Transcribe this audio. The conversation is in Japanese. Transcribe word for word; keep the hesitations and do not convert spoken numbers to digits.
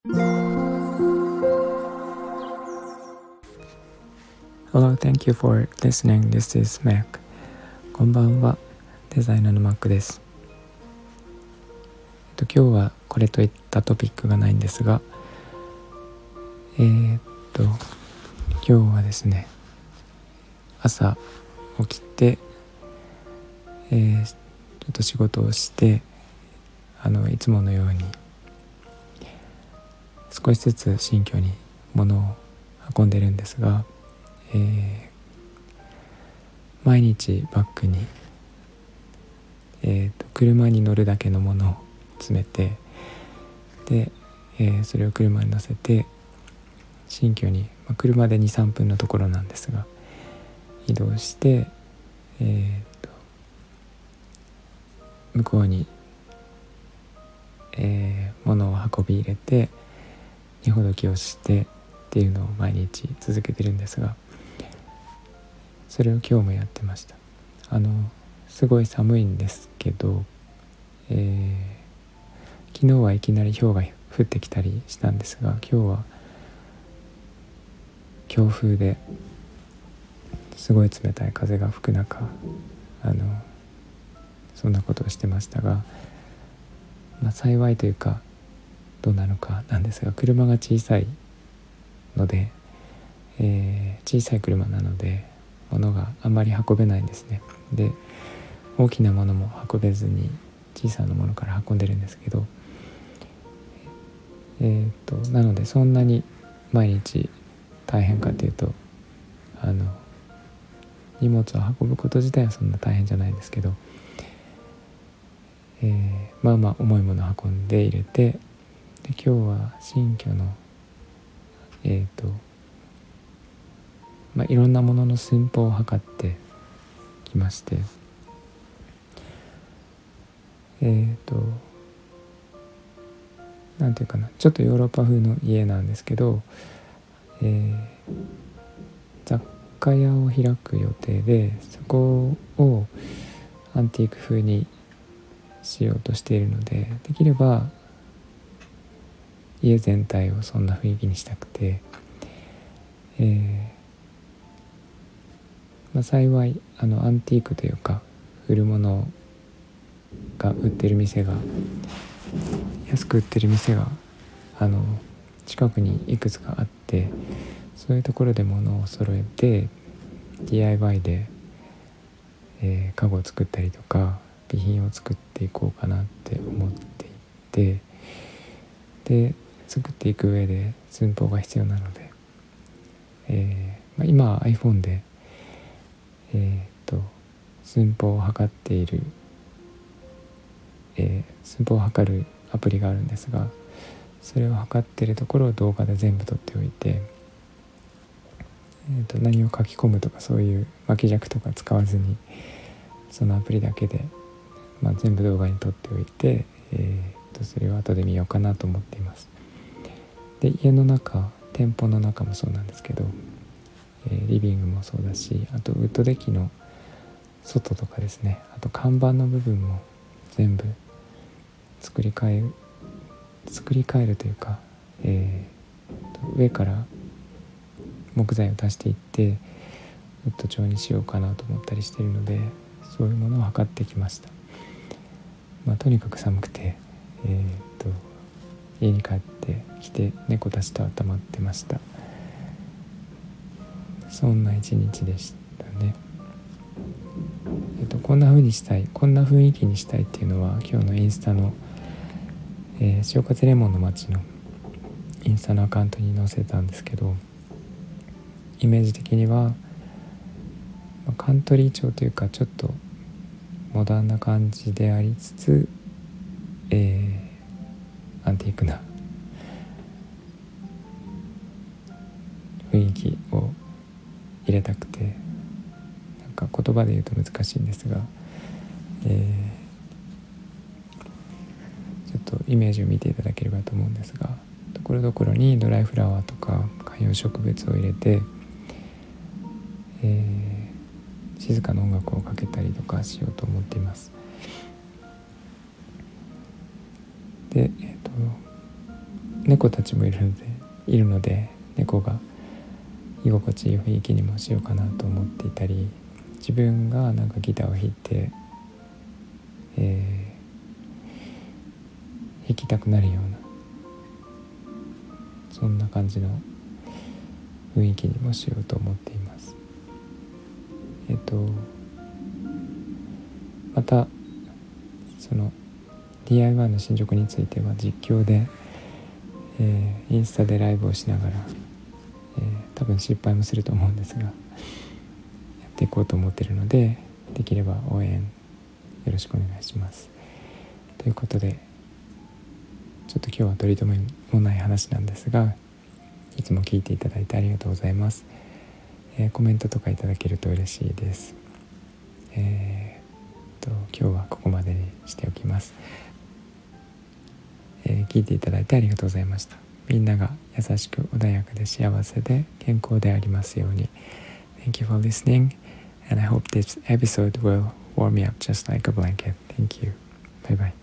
Hello, thank you for listening. This is Mac. こんばんは、デザイナーの Mac です。えっと、今日はこれといったトピックがないんですが、えー、っと今日はですね、朝起きて、えー、ちょっと仕事をして、あのいつものように少しずつ新居に物を運んでるんですが、えー、毎日バッグに、えー、と車に乗るだけのものを詰めて、で、えー、それを車に乗せて新居に、まあ、車で にさんぷんのところなんですが移動して、えー、と向こうに、えー、物を運び入れて荷ほどきをしてっていうのを毎日続けてるんですが、それを今日もやってました。あのすごい寒いんですけど、えー、昨日はいきなり氷が降ってきたりしたんですが、今日は強風ですごい冷たい風が吹く中、あのそんなことをしてましたが、まあ、幸いというかどうなのかなんですが、車が小さいので、えー、小さい車なので物があんまり運べないんですね。で、大きなものも運べずに小さなものから運んでるんですけど、えー、となのでそんなに毎日大変かというと、あの荷物を運ぶこと自体はそんな大変じゃないんですけど、えー、まあまあ重いものを運んで入れて、で今日は新居のえっ、とまあいろんなものの寸法を測ってきまして、えっ、となんていうかな、ちょっとヨーロッパ風の家なんですけど、えー、雑貨屋を開く予定で、そこをアンティーク風にしようとしているので、できれば家全体をそんな雰囲気にしたくて、えーまあ、幸いあのアンティークというか売るものが売ってる店が安く売ってる店があの近くにいくつかあって、そういうところで物を揃えて ディーアイワイ で、えー、家具を作ったりとか備品を作っていこうかなって思っていて、で作っていく上で寸法が必要なので、えーまあ、今は iPhone で、えー、と寸法を測っている、えー、寸法を測るアプリがあるんですが、それを測っているところを動画で全部撮っておいて、えー、と何を書き込むとかそういう巻き尺とか使わずにそのアプリだけで、まあ、全部動画に撮っておいて、えー、とそれを後で見ようかなと思っています。で、家の中、店舗の中もそうなんですけど、えー、リビングもそうだし、あとウッドデッキの外とかですね、あと看板の部分も全部作り変え作り変えるというか、えー、上から木材を足していってウッド調にしようかなと思ったりしているので、そういうものを測ってきました。まあ、とにかく寒くて、えー、と家に帰ってきて猫たちと温まってました。そんな一日でしたね。えっと、こんな風にしたい、こんな雰囲気にしたいっていうのは今日のインスタの、えー、塩風レモンの街のインスタのアカウントに載せたんですけど、イメージ的には、まあ、カントリー調というかちょっとモダンな感じでありつつ、えー、アンティークな雰囲気を入れたくて、なんか言葉で言うと難しいんですが、えー、ちょっとイメージを見ていただければと思うんですが、ところどころにドライフラワーとか観葉植物を入れて、えー、静かな音楽をかけたりとかしようと思っています。で、えーと猫たちもいるのでいるので猫が居心地いい雰囲気にもしようかなと思っていたり、自分がなんかギターを弾いて、えー、弾きたくなるようなそんな感じの雰囲気にもしようと思っています。えっとまたその ディーアイワイ の進捗については実況で、えー、インスタでライブをしながら、えー、多分失敗もすると思うんですがやっていこうと思っているので、できれば応援よろしくお願いします。ということでちょっと今日は取り留めもない話なんですが、いつも聞いていただいてありがとうございます。えー、コメントとかいただけると嬉しいです。えー、と今日はここまでにしておきます。えー、聞いていただいてありがとうございました。みんなが優しく穏やかで幸せで健康でありますように。Thank you for listening, and I hope this episode will warm me up just like a blanket. Thank you. Bye bye.